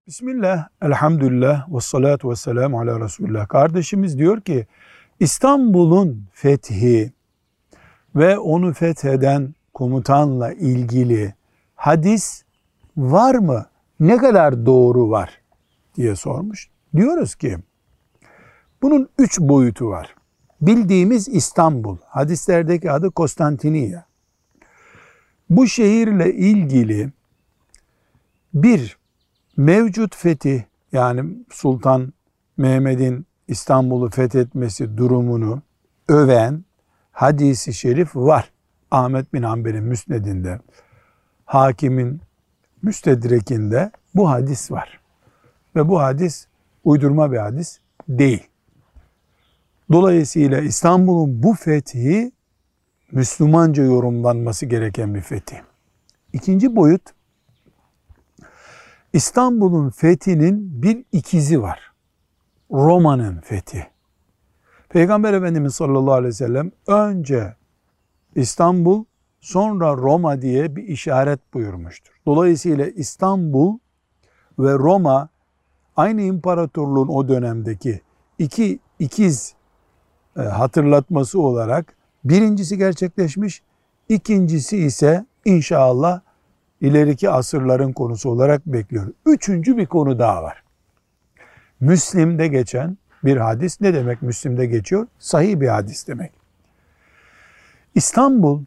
Bismillah, elhamdülillah, ve salatu ve selamu ala Resulullah. Kardeşimiz diyor ki, İstanbul'un fethi ve onu fetheden komutanla ilgili hadis var mı? Ne kadar doğru var diye sormuş. Diyoruz ki, bunun 3 boyutu var. Bildiğimiz İstanbul, hadislerdeki adı Konstantiniye. Bu şehirle ilgili bir mevcut fetih, yani Sultan Mehmet'in İstanbul'u fethetmesi durumunu öven hadisi şerif var. Ahmet bin Hanbel'in Müsned'inde, Hakim'in Müstedrek'inde bu hadis var. Ve bu hadis uydurma bir hadis değil. Dolayısıyla İstanbul'un bu fethi Müslümanca yorumlanması gereken bir fetih. İkinci boyut, İstanbul'un fethinin bir ikizi var. Roma'nın fethi. Peygamber Efendimiz sallallahu aleyhi ve sellem önce İstanbul, sonra Roma diye bir işaret buyurmuştur. Dolayısıyla İstanbul ve Roma aynı imparatorluğun o dönemdeki iki ikiz hatırlatması olarak birincisi gerçekleşmiş, ikincisi ise inşallah ileriki asırların konusu olarak bekliyor. Üçüncü bir konu daha var. Müslim'de geçen bir hadis. Ne demek Müslim'de geçiyor? Sahih bir hadis demek. İstanbul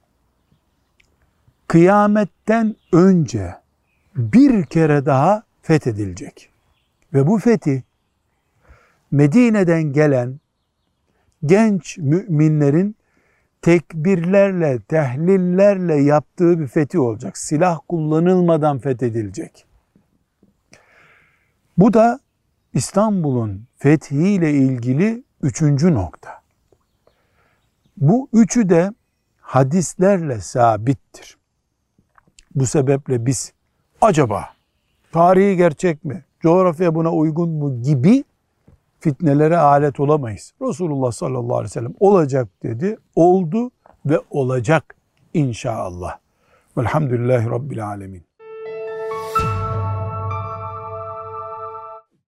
kıyametten önce bir kere daha fethedilecek. Ve bu fethi Medine'den gelen genç müminlerin tekbirlerle, tehlillerle yaptığı bir fetih olacak. Silah kullanılmadan fethedilecek. Bu da İstanbul'un fethiyle ilgili 3. nokta. Bu üçü de hadislerle sabittir. Bu sebeple biz acaba tarihi gerçek mi, coğrafya buna uygun mu gibi fitnelere alet olamayız. Resulullah sallallahu aleyhi ve sellem olacak dedi, oldu ve olacak inşallah. Velhamdülillahi Rabbil alemin.